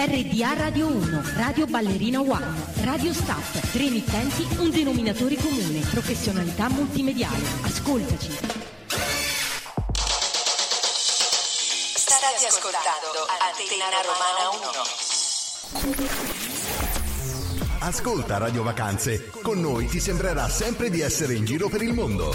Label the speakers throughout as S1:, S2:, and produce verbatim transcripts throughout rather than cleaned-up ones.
S1: R D A Radio uno, Radio Ballerina One, Radio Staff, tre emittenti, un denominatore comune, professionalità multimediale. Ascoltaci.
S2: State ascoltando Antenna Romana uno.
S3: Ascolta Radio Vacanze, con noi ti sembrerà sempre di essere in giro per il mondo.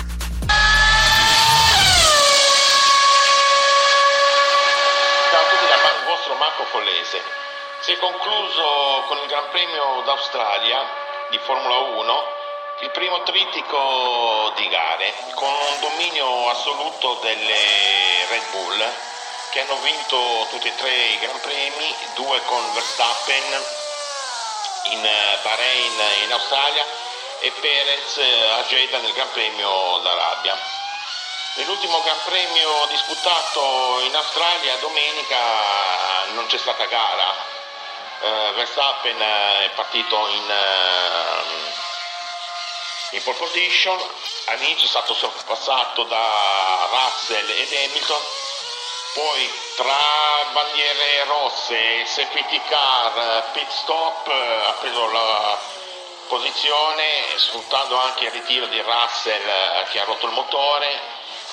S4: Marco Follese. Si è concluso con il Gran Premio d'Australia di Formula uno il primo trittico di gare, con un dominio assoluto delle Red Bull, che hanno vinto tutti e tre i Gran Premi, due con Verstappen in Bahrain in Australia e Perez a Jeddah nel Gran Premio d'Arabia. Nell'ultimo Gran Premio disputato in Australia domenica non c'è stata gara. uh, Verstappen è partito in, uh, in pole position, all'inizio è stato sorpassato da Russell ed Hamilton, poi tra bandiere rosse, safety car, pit stop ha preso la posizione sfruttando anche il ritiro di Russell che ha rotto il motore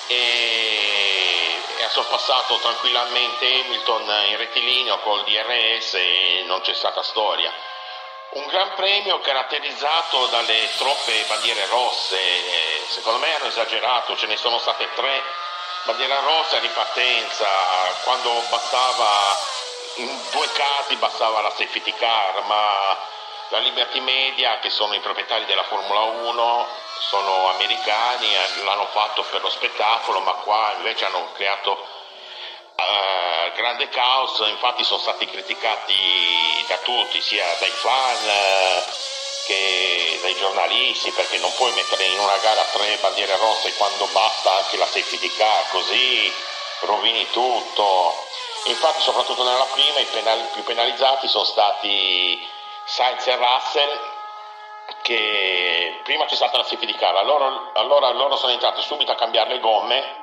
S4: e ha sorpassato tranquillamente Hamilton in rettilineo col D R S e non c'è stata storia. Un gran premio caratterizzato dalle troppe bandiere rosse, secondo me hanno esagerato, ce ne sono state tre bandiere rosse a ripartenza, quando bastava, in due casi bastava la safety car, ma la Liberty Media, che sono i proprietari della Formula uno, sono americani, l'hanno fatto per lo spettacolo, ma qua invece hanno creato uh, grande caos. Infatti sono stati criticati da tutti, sia dai fan uh, che dai giornalisti, perché non puoi mettere in una gara tre bandiere rosse quando basta anche la safety car, così rovini tutto. Infatti soprattutto nella prima i penali, più penalizzati sono stati Sainz e Russell, che prima c'è stata la safety car, allora, allora loro sono entrati subito a cambiare le gomme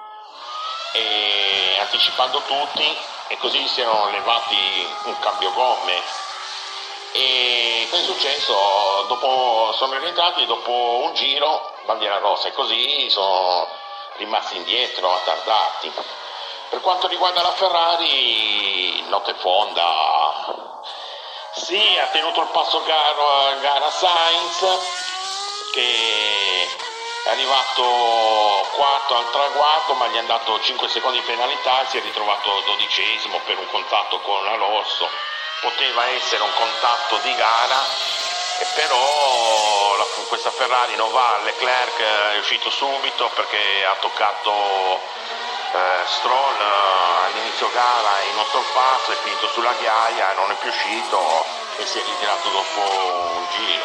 S4: e anticipando tutti, e così si erano levati un cambio gomme. E cosa è successo? Dopo, sono rientrati dopo un giro, bandiera rossa, e così sono rimasti indietro, attardati. Per quanto riguarda la Ferrari, notte fonda. Sì, ha tenuto il passo gara, gara Sainz, che è arrivato quarto al traguardo, ma gli hanno dato cinque secondi di penalità, si è ritrovato dodicesimo per un contatto con Alonso. Poteva essere un contatto di gara, e però la, questa Ferrari non va. Leclerc è uscito subito perché ha toccato Uh, Stroll uh, all'inizio gara in un sorpasso, è finito sulla ghiaia, non è più uscito e si è ritirato dopo un giro.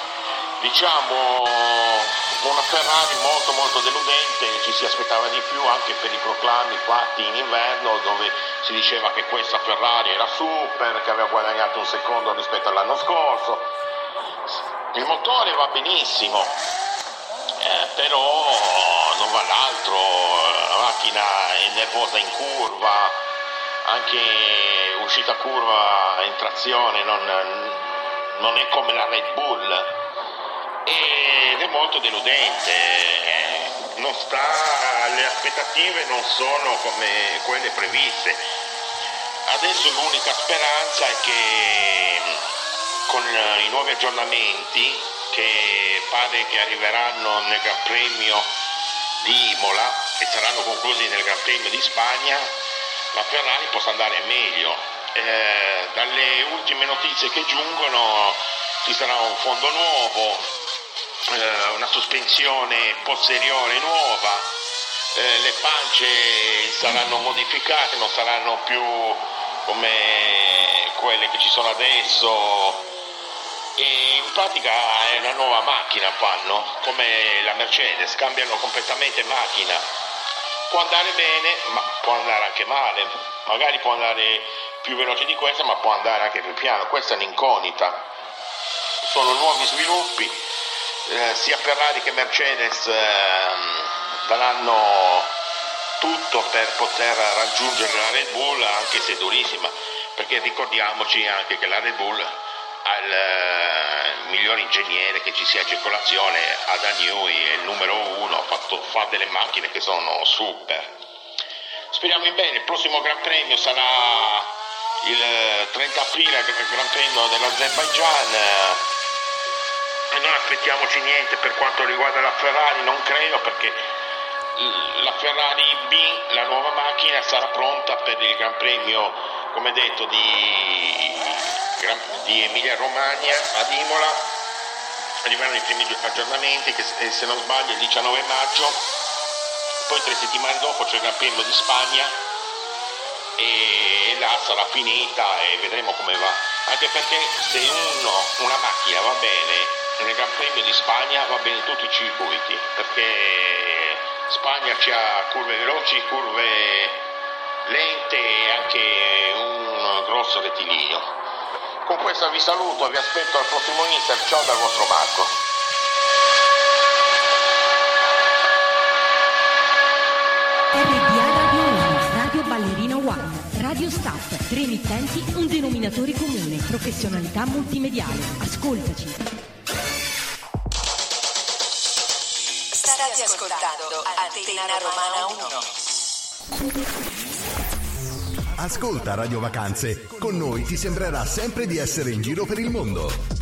S4: Diciamo una Ferrari molto molto deludente, ci si aspettava di più anche per i proclami fatti in inverno, dove si diceva che questa Ferrari era super, che aveva guadagnato un secondo rispetto all'anno scorso. Il motore va benissimo, eh, però non va l'altro, la macchina è nervosa in curva, anche uscita curva in trazione non, non è come la Red Bull, ed è molto deludente, non sta, le aspettative non sono come quelle previste. Adesso l'unica speranza è che con i nuovi aggiornamenti che pare che arriveranno nel Gran Premio di Imola e saranno conclusi nel Gran Premio di Spagna, la Ferrari possa andare meglio. Eh, dalle ultime notizie che giungono ci sarà un fondo nuovo, eh, una sospensione posteriore nuova, eh, le pance saranno modificate, non saranno più come quelle che ci sono adesso, e in pratica è una nuova macchina fanno, come la Mercedes, cambiano completamente macchina. Può andare bene, ma può andare anche male, magari può andare più veloce di questa, ma può andare anche più piano. Questa è un'incognita, sono nuovi sviluppi, eh, sia Ferrari che Mercedes eh, daranno tutto per poter raggiungere la Red Bull, anche se è durissima. perché ricordiamoci anche che la Red Bull ha il uh, miglior ingegnere che ci sia in circolazione, Adrian Newey è il numero uno, ha fatto, fa delle macchine che sono super. Speriamo in bene, il prossimo Gran Premio sarà il trenta aprile, il Gran Premio dell'Azerbaigian, e non aspettiamoci niente per quanto riguarda la Ferrari, non credo, perché la Ferrari B, la nuova macchina, sarà pronta per il Gran Premio, come detto, di, di Emilia Romagna ad Imola. Arriveranno i primi aggiornamenti che, se non sbaglio, il diciannove maggio, poi tre settimane dopo c'è il Gran Premio di Spagna e là sarà finita e vedremo come va, anche perché se uno, una macchina va bene nel Gran Premio di Spagna va bene in tutti i circuiti, perché Spagna c'ha curve veloci, curve lente e anche un grosso rettilineo. Con questo vi saluto e vi aspetto al prossimo Inter. Ciao dal vostro Marco.
S1: R B A Radio uno, Radio Ballerina One, Radio Staff, tre emittenti, un denominatore comune, professionalità multimediale. Ascoltaci.
S2: State ascoltando Antenna Romana uno.
S3: Ascolta Radio Vacanze, con noi ti sembrerà sempre di essere in giro per il mondo.